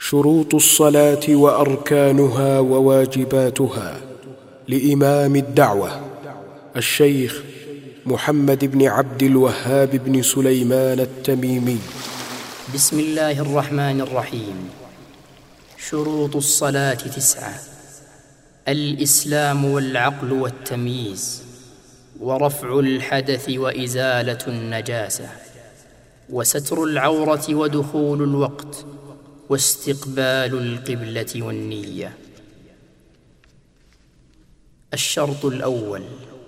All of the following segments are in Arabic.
شروط الصلاة وأركانها وواجباتها لإمام الدعوة الشيخ محمد بن عبد الوهاب بن سليمان التميمي. بسم الله الرحمن الرحيم. شروط الصلاة 9: الإسلام والعقل والتمييز، ورفع الحدث وإزالة النجاسة، وستر العورة ودخول الوقت، واستقبال القبلة والنية. الشرط الأول: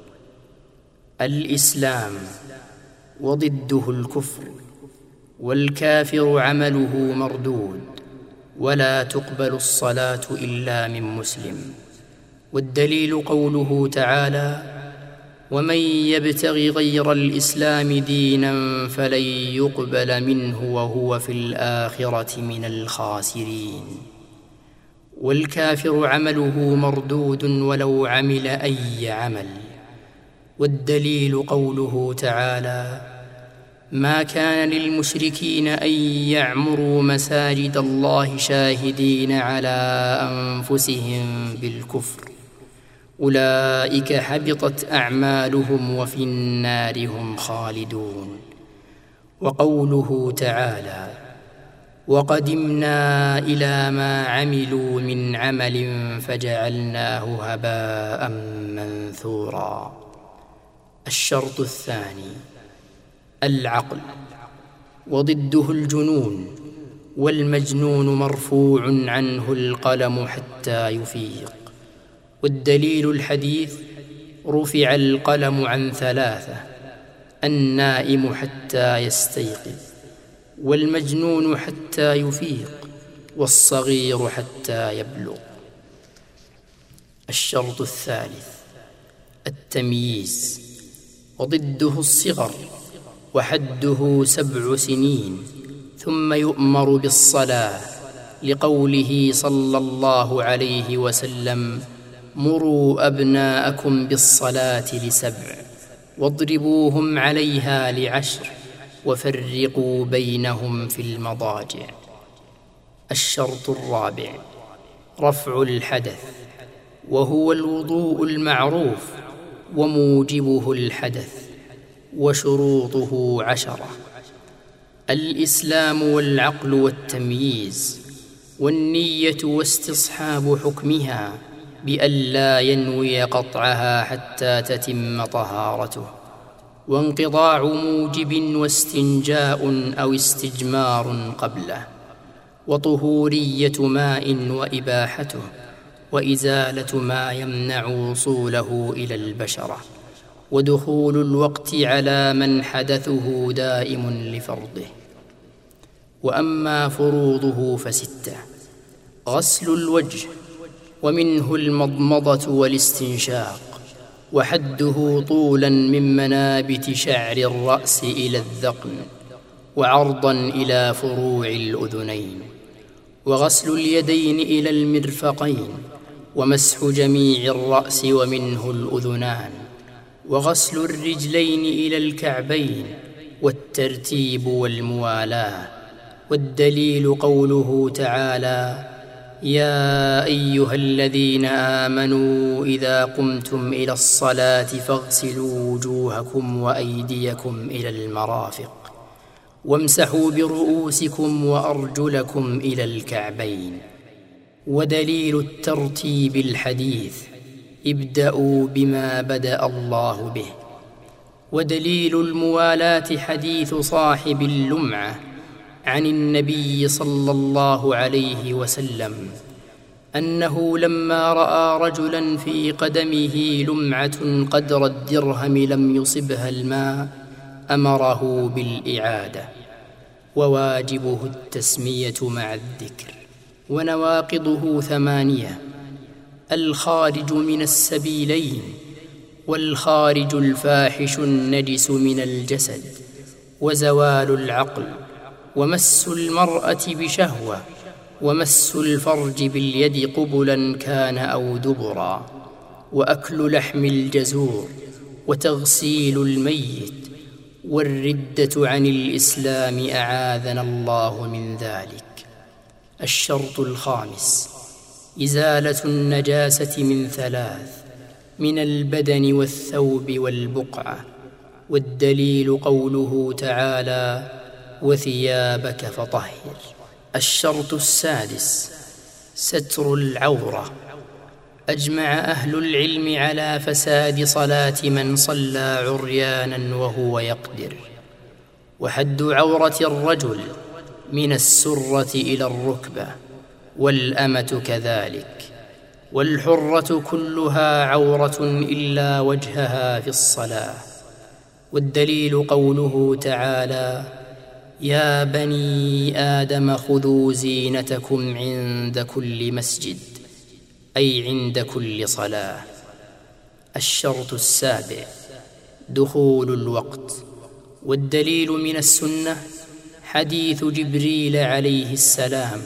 الإسلام، وضده الكفر، والكافر عمله مردود، ولا تقبل الصلاة إلا من مسلم. والدليل قوله تعالى: ومن يبتغ غير الإسلام دينا فلن يقبل منه وهو في الآخرة من الخاسرين. والكافر عمله مردود ولو عمل أي عمل. والدليل قوله تعالى: ما كان للمشركين أن يعمروا مساجد الله شاهدين على أنفسهم بالكفر، أولئك حبطت أعمالهم وفي النار هم خالدون. وقوله تعالى: وقدمنا إلى ما عملوا من عمل فجعلناه هباء منثورا. الشرط الثاني: العقل، وضده الجنون، والمجنون مرفوع عنه القلم حتى يفيق. والدليل الحديث: رفع القلم عن 3، النائم حتى يستيقظ، والمجنون حتى يفيق، والصغير حتى يبلغ. الشرط الثالث: التمييز، وضده الصغر، وحده 7 سنين، ثم يؤمر بالصلاة، لقوله صلى الله عليه وسلم: مروا أبناءكم بالصلاة ل7، واضربوهم عليها ل10، وفرقوا بينهم في المضاجع. الشرط الرابع: رفع الحدث، وهو الوضوء المعروف، وموجبه الحدث، وشروطه 10: الإسلام والعقل والتمييز، والنية واستصحاب حكمها بألا ينوي قطعها حتى تتم طهارته، وانقضاع موجب واستنجاء أو استجمار قبله، وطهورية ماء وإباحته، وإزالة ما يمنع وصوله إلى البشرة، ودخول الوقت على من حدثه دائم لفرضه. وأما فروضه ف6: غسل الوجه، ومنه المضمضة والاستنشاق، وحده طولا من منابت شعر الرأس إلى الذقن، وعرضا إلى فروع الأذنين، وغسل اليدين إلى المرفقين، ومسح جميع الرأس ومنه الأذنان، وغسل الرجلين إلى الكعبين، والترتيب والموالاة. والدليل قوله تعالى: يا أيها الذين آمنوا إذا قمتم إلى الصلاة فاغسلوا وجوهكم وأيديكم إلى المرافق، وامسحوا برؤوسكم وأرجلكم إلى الكعبين. ودليل الترتيب الحديث: ابدأوا بما بدأ الله به. ودليل الموالاة حديث صاحب اللمعة عن النبي صلى الله عليه وسلم أنه لما رأى رجلا في قدمه لمعة قدر الدرهم لم يصبها الماء أمره بالإعادة. وواجبه التسمية مع الذكر. ونواقضه 8: الخارج من السبيلين، والخارج الفاحش النجس من الجسد، وزوال العقل، ومس المرأة بشهوة، ومس الفرج باليد قبلا كان أو دبرا، وأكل لحم الجزور، وتغسيل الميت، والردة عن الإسلام أعاذنا الله من ذلك. الشرط الخامس: إزالة النجاسة من 3: من البدن والثوب والبقعة. والدليل قوله تعالى: وثيابك فطهر. الشرط السادس: ستر العورة. أجمع أهل العلم على فساد صلاة من صلى عريانا وهو يقدر. وحد عورة الرجل من السرة إلى الركبة، والأمة كذلك، والحرة كلها عورة إلا وجهها في الصلاة. والدليل قوله تعالى: يا بني آدم خذوا زينتكم عند كل مسجد، أي عند كل صلاة. الشرط السابع: دخول الوقت. والدليل من السنة حديث جبريل عليه السلام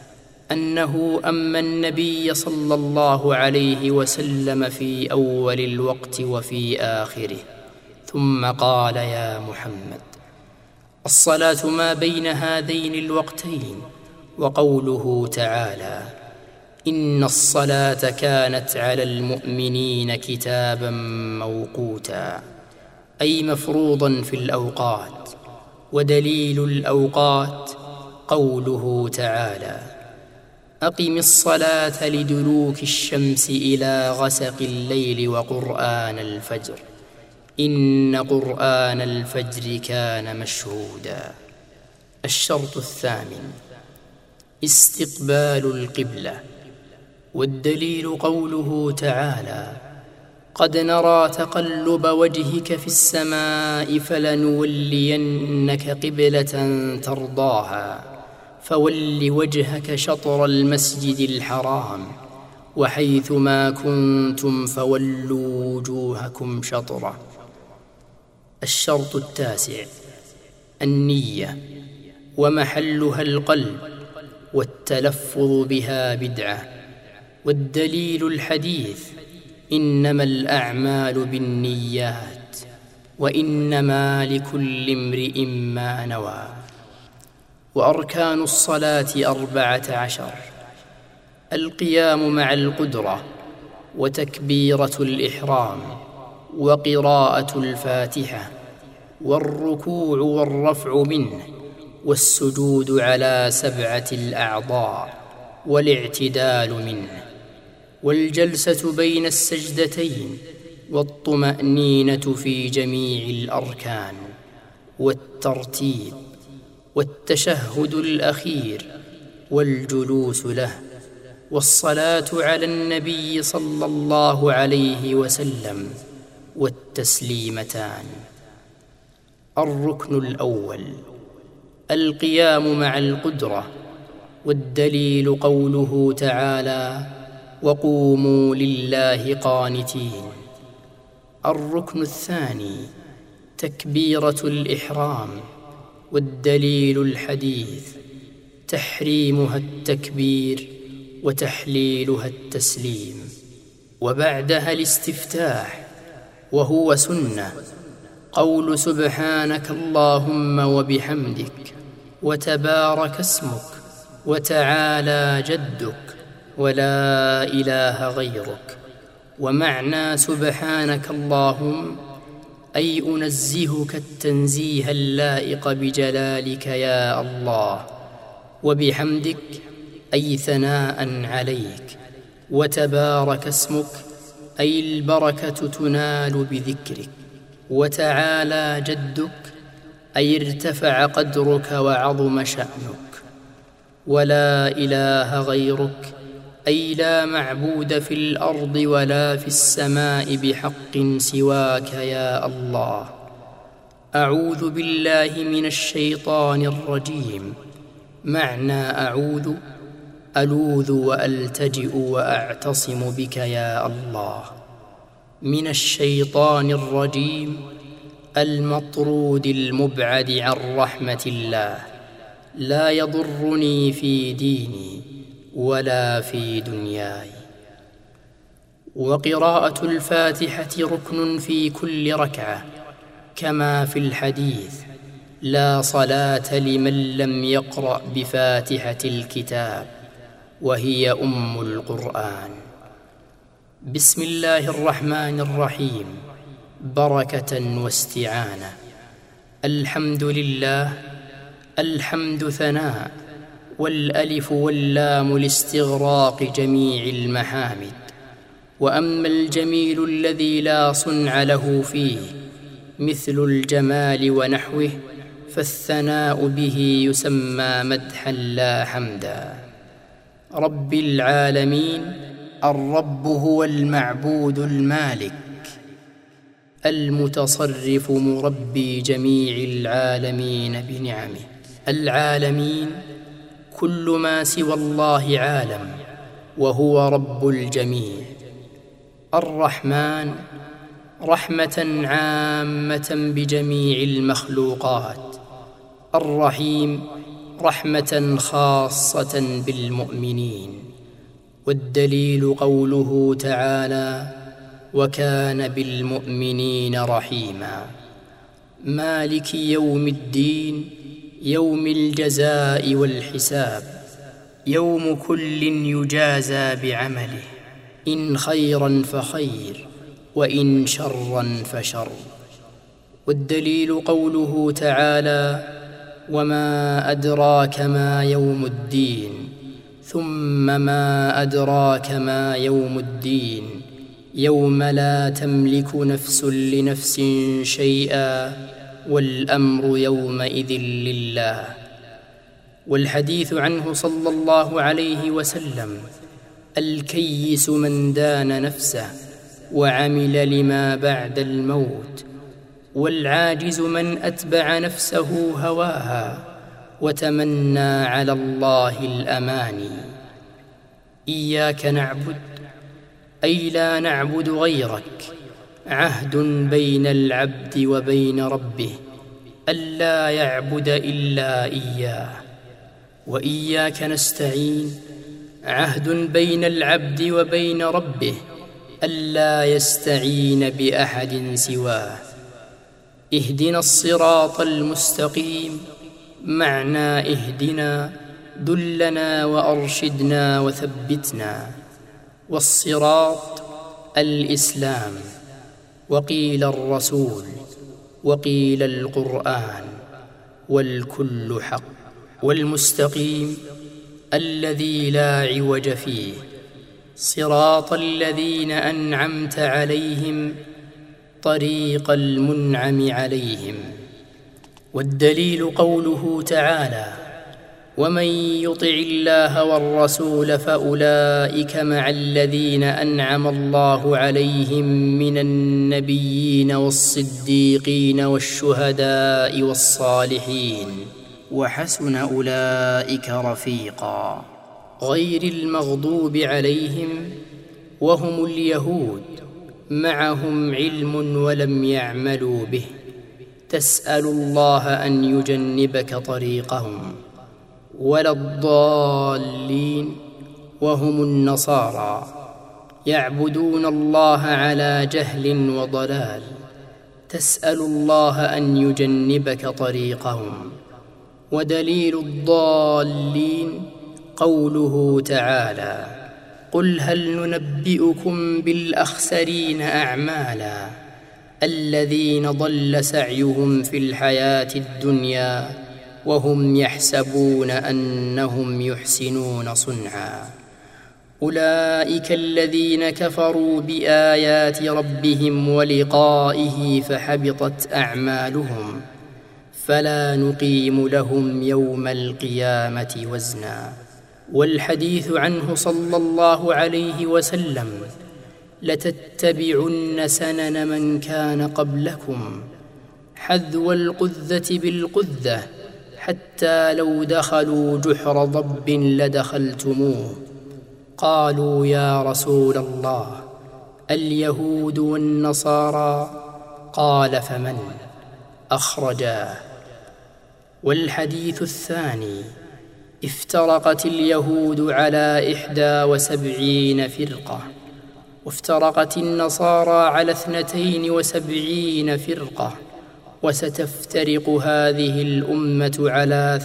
أنه أما النبي صلى الله عليه وسلم في أول الوقت وفي آخره، ثم قال: يا محمد، الصلاة ما بين هذين الوقتين. وقوله تعالى: إن الصلاة كانت على المؤمنين كتابا موقوتا، أي مفروضا في الأوقات. ودليل الأوقات قوله تعالى: أقم الصلاة لدلوك الشمس إلى غسق الليل وقرآن الفجر، إن قرآن الفجر كان مشهودا. الشرط الثامن: استقبال القبلة. والدليل قوله تعالى: قد نرى تقلب وجهك في السماء فلنولينك قبلة ترضاها فول وجهك شطر المسجد الحرام وحيث ما كنتم فولوا وجوهكم شطره. الشرط التاسع: النية، ومحلها القلب، والتلفظ بها بدعة. والدليل الحديث: إنما الأعمال بالنيات وإنما لكل امرئ ما نوى. وأركان الصلاة 14: القيام مع القدرة، وتكبيرة الإحرام، وقراءة الفاتحة، والركوع والرفع منه، والسجود على 7 الأعضاء، والاعتدال منه، والجلسة بين السجدتين، والطمأنينة في جميع الأركان، والترتيب، والتشهد الأخير، والجلوس له، والصلاة على النبي صلى الله عليه وسلم، والتسليمتان. الركن الأول: القيام مع القدرة. والدليل قوله تعالى: وقوموا لله قانتين. الركن الثاني: تكبيرة الإحرام. والدليل الحديث: تحريمها التكبير وتحليلها التسليم، وبعدها الاستفتاح، وهو سنة، قول سبحانك اللهم وبحمدك، وتبارك اسمك، وتعالى جدك، ولا إله غيرك. ومعنى سبحانك اللهم أي أنزهك التنزيه اللائق بجلالك يا الله، وبحمدك أي ثناء عليك، وتبارك اسمك أي البركة تنال بذكرك، وتعالى جدك أي ارتفع قدرك وعظم شأنك، ولا إله غيرك أي لا معبود في الأرض ولا في السماء بحق سواك يا الله. أعوذ بالله من الشيطان الرجيم. معنى أعوذ: ألوذ وألتجئ وأعتصم بك يا الله. من الشيطان الرجيم المطرود المبعد عن رحمة الله، لا يضرني في ديني ولا في دنياي. وقراءة الفاتحة ركن في كل ركعة، كما في الحديث: لا صلاة لمن لم يقرأ بفاتحة الكتاب وهي أم القرآن. بسم الله الرحمن الرحيم. بركة واستعانة. الحمد لله. الحمد ثناء، والألف واللام لاستغراق جميع المحامد. وأما الجميل الذي لا صنع له فيه مثل الجمال ونحوه فالثناء به يسمى مدحا لا حمدا. رب العالمين. الرب هو المعبود المالك المتصرف مربي جميع العالمين بنعمه. العالمين كل ما سوى الله عالم، وهو رب الجميع. الرحمن رحمة عامة بجميع المخلوقات. الرحيم رحمة خاصة بالمؤمنين. والدليل قوله تعالى: وكان بالمؤمنين رحيما. مالك يوم الدين، يوم الجزاء والحساب، يوم كل يجازى بعمله، إن خيرا فخير وإن شرا فشر. والدليل قوله تعالى: وما أدراك ما يوم الدين، ثم ما أدراك ما يوم الدين، يوم لا تملك نفس لنفس شيئا والأمر يومئذ لله. والحديث عنه صلى الله عليه وسلم: الكيس من دان نفسه وعمل لما بعد الموت، والعاجز من أتبع نفسه هواها وتمنى على الله الأماني. إياك نعبد أي لا نعبد غيرك، عهد بين العبد وبين ربه ألا يعبد إلا إياه. وإياك نستعين، عهد بين العبد وبين ربه ألا يستعين بأحد سواه. اهدنا الصراط المستقيم، معنى اهدنا دلنا وأرشدنا وثبتنا. والصراط الإسلام، وقيل الرسول، وقيل القرآن، والكل حق. والمستقيم الذي لا عوج فيه، صراط الذين أنعمت عليهم، طريق المنعم عليهم. والدليل قوله تعالى: ومن يطع الله والرسول فأولئك مع الذين أنعم الله عليهم من النبيين والصديقين والشهداء والصالحين، وحسن أولئك رفيقا. غير المغضوب عليهم وهم اليهود، معهم علم ولم يعملوا به، تسأل الله أن يجنبك طريقهم. ولا الضالين وهم النصارى، يعبدون الله على جهل وضلال، تسأل الله أن يجنبك طريقهم. ودليل الضالين قوله تعالى: قل هل ننبئكم بالأخسرين أعمالا الذين ضل سعيهم في الحياة الدنيا وهم يحسبون أنهم يحسنون صنعا. أولئك الذين كفروا بآيات ربهم ولقائه فحبطت أعمالهم فلا نقيم لهم يوم القيامة وزنا. والحديث عنه صلى الله عليه وسلم: لتتبعن سنن من كان قبلكم حذو القذة بالقذة حتى لو دخلوا جحر ضب لدخلتموه. قالوا يا رسول الله اليهود والنصارى؟ قال فمن؟ أخرجاه. والحديث الثاني: افترقت اليهود على 71 فرقة، وافترقت النصارى على 72 فرقة، وستفترق هذه الأمة على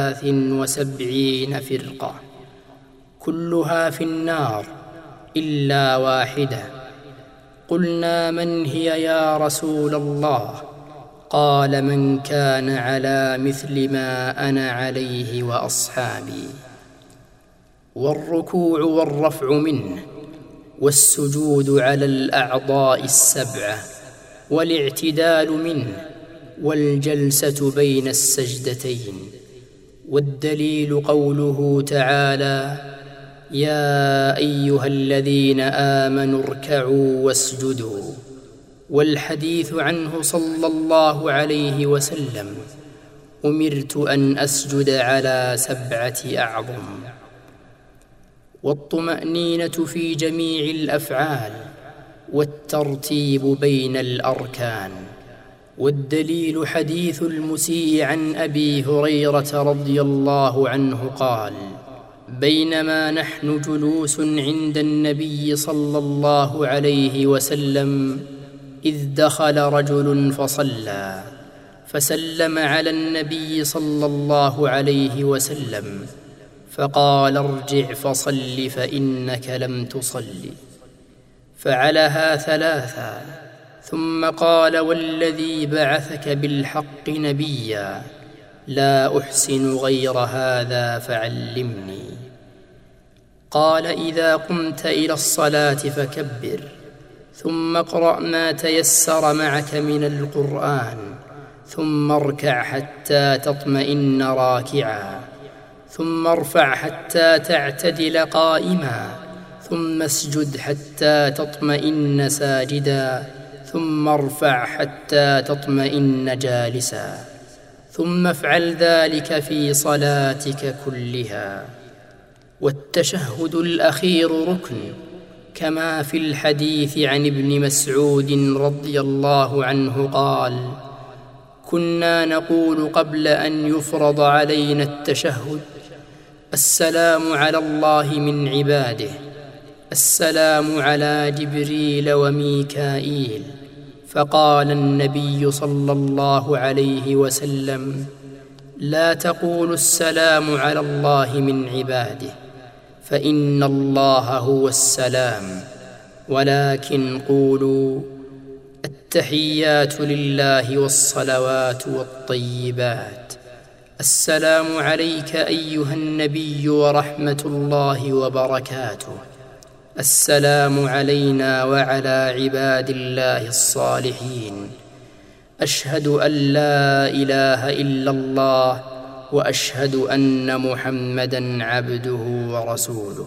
73 فرقة كلها في النار إلا واحدة. قلنا من هي يا رسول الله؟ قال من كان على مثل ما أنا عليه وأصحابي. والركوع والرفع منه، والسجود على الأعضاء السبعة، والاعتدال منه، والجلسة بين السجدتين. والدليل قوله تعالى: يا أيها الذين آمنوا اركعوا واسجدوا. والحديث عنه صلى الله عليه وسلم: أمرت أن أسجد على 7 أعظم. والطمأنينة في جميع الأفعال، والترتيب بين الأركان. والدليل حديث المسيء عن أبي هريرة رضي الله عنه قال: بينما نحن جلوس عند النبي صلى الله عليه وسلم إذ دخل رجل فصلى، فسلم على النبي صلى الله عليه وسلم فقال: ارجع فصل فإنك لم تصل. فعلها 3 ثم قال: والذي بعثك بالحق نبيا لا أحسن غير هذا فعلمني. قال: إذا قمت إلى الصلاة فكبر، ثم اقرأ ما تيسر معك من القرآن، ثم اركع حتى تطمئن راكعا، ثم ارفع حتى تعتدل قائما، ثم اسجد حتى تطمئن ساجدا، ثم ارفع حتى تطمئن جالسا، ثم افعل ذلك في صلاتك كلها. والتشهد الأخير ركن، كما في الحديث عن ابن مسعود رضي الله عنه قال: كنا نقول قبل أن يفرض علينا التشهد: السلام على الله من عباده، السلام على جبريل وميكائيل. فقال النبي صلى الله عليه وسلم: لا تقولوا السلام على الله من عباده، فإن الله هو السلام، ولكن قولوا: التحيات لله والصلوات والطيبات. السلام عليك أيها النبي ورحمة الله وبركاته. السلام علينا وعلى عباد الله الصالحين. أشهد أن لا إله إلا الله، وأشهد أن محمدًا عبده ورسوله.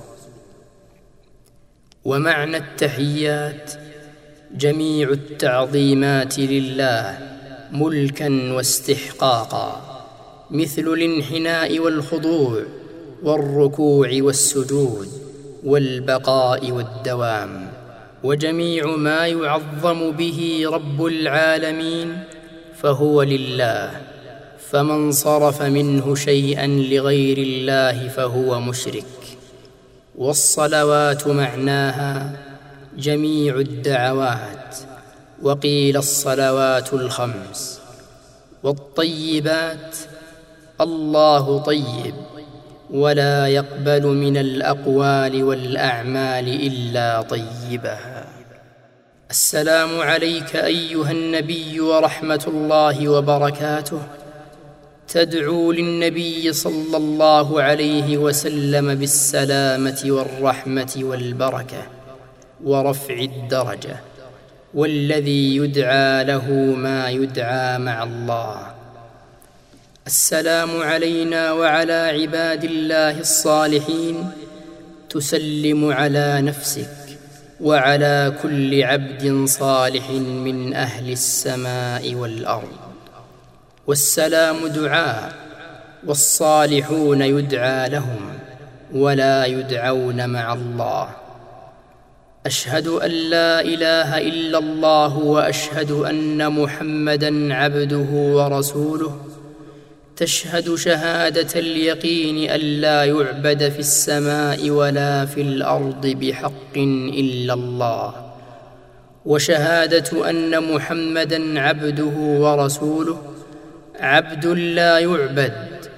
ومعنى التحيات جميع التعظيمات لله ملكًا واستحقاقًا، مثل الانحناء والخضوع، والركوع والسجود، والبقاء والدوام. وجميع ما يعظم به رب العالمين فهو لله، فمن صرف منه شيئا لغير الله فهو مشرك. والصلوات معناها جميع الدعوات، وقيل الصلوات الخمس. والطيبات الله طيب، ولا يقبل من الأقوال والأعمال إلا طيبها. السلام عليك أيها النبي ورحمة الله وبركاته. تدعو للنبي صلى الله عليه وسلم بالسلامة والرحمة والبركة ورفع الدرجة، والذي يدعى له ما يدعى مع الله. السلام علينا وعلى عباد الله الصالحين. تسلم على نفسك وعلى كل عبد صالح من أهل السماء والأرض. والسلام دعاء، والصالحون يدعى لهم ولا يدعون مع الله. أشهد أن لا إله إلا الله، وأشهد أن محمدًا عبده ورسوله. تشهد شهادة اليقين أن لا يعبد في السماء ولا في الأرض بحق إلا الله، وشهادة أن محمدًا عبده ورسوله، عبد لا يعبد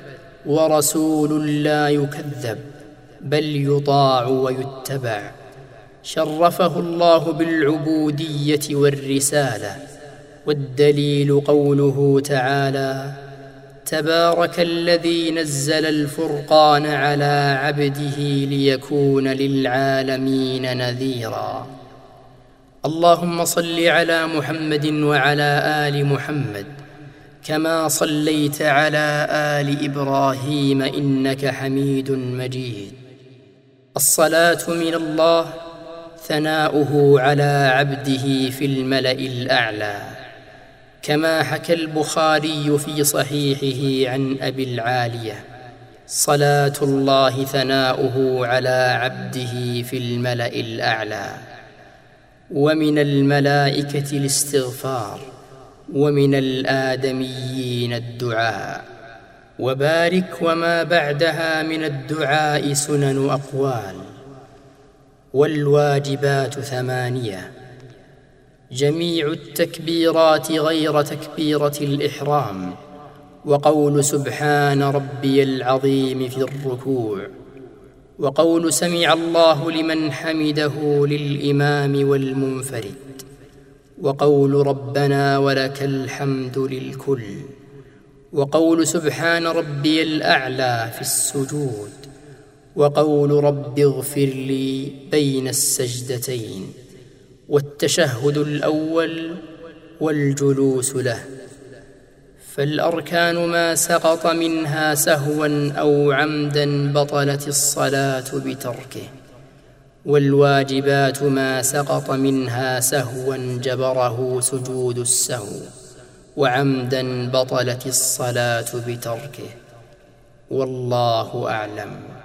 ورسول لا يكذب، بل يطاع ويتبع. شرفه الله بالعبودية والرسالة، والدليل قوله تعالى: تبارك الذي نزل الفرقان على عبده ليكون للعالمين نذيرا. اللهم صل على محمد وعلى آل محمد كما صليت على آل إبراهيم إنك حميد مجيد. الصلاة من الله، ثناؤه على عبده في الملأ الأعلى، كما حكى البخاري في صحيحه عن أبي العالية: صلاة الله ثناؤه على عبده في الملأ الأعلى. ومن الملائكة الاستغفار، ومن الآدميين الدعاء. وبارك وما بعدها من الدعاء سنن أقوال. والواجبات 8: جميع التكبيرات غير تكبيرة الإحرام، وقول سبحان ربي العظيم في الركوع، وقول سمع الله لمن حمده للإمام والمنفرد، وقول ربنا ولك الحمد للكل، وقول سبحان ربي الأعلى في السجود، وقول رب اغفر لي بين السجدتين، والتشهد الأول والجلوس له. فالأركان ما سقط منها سهوا أو عمدا بطلت الصلاة بتركه، والواجبات ما سقط منها سهوا جبره سجود السهو، وعمدا بطلت الصلاة بتركه. والله أعلم.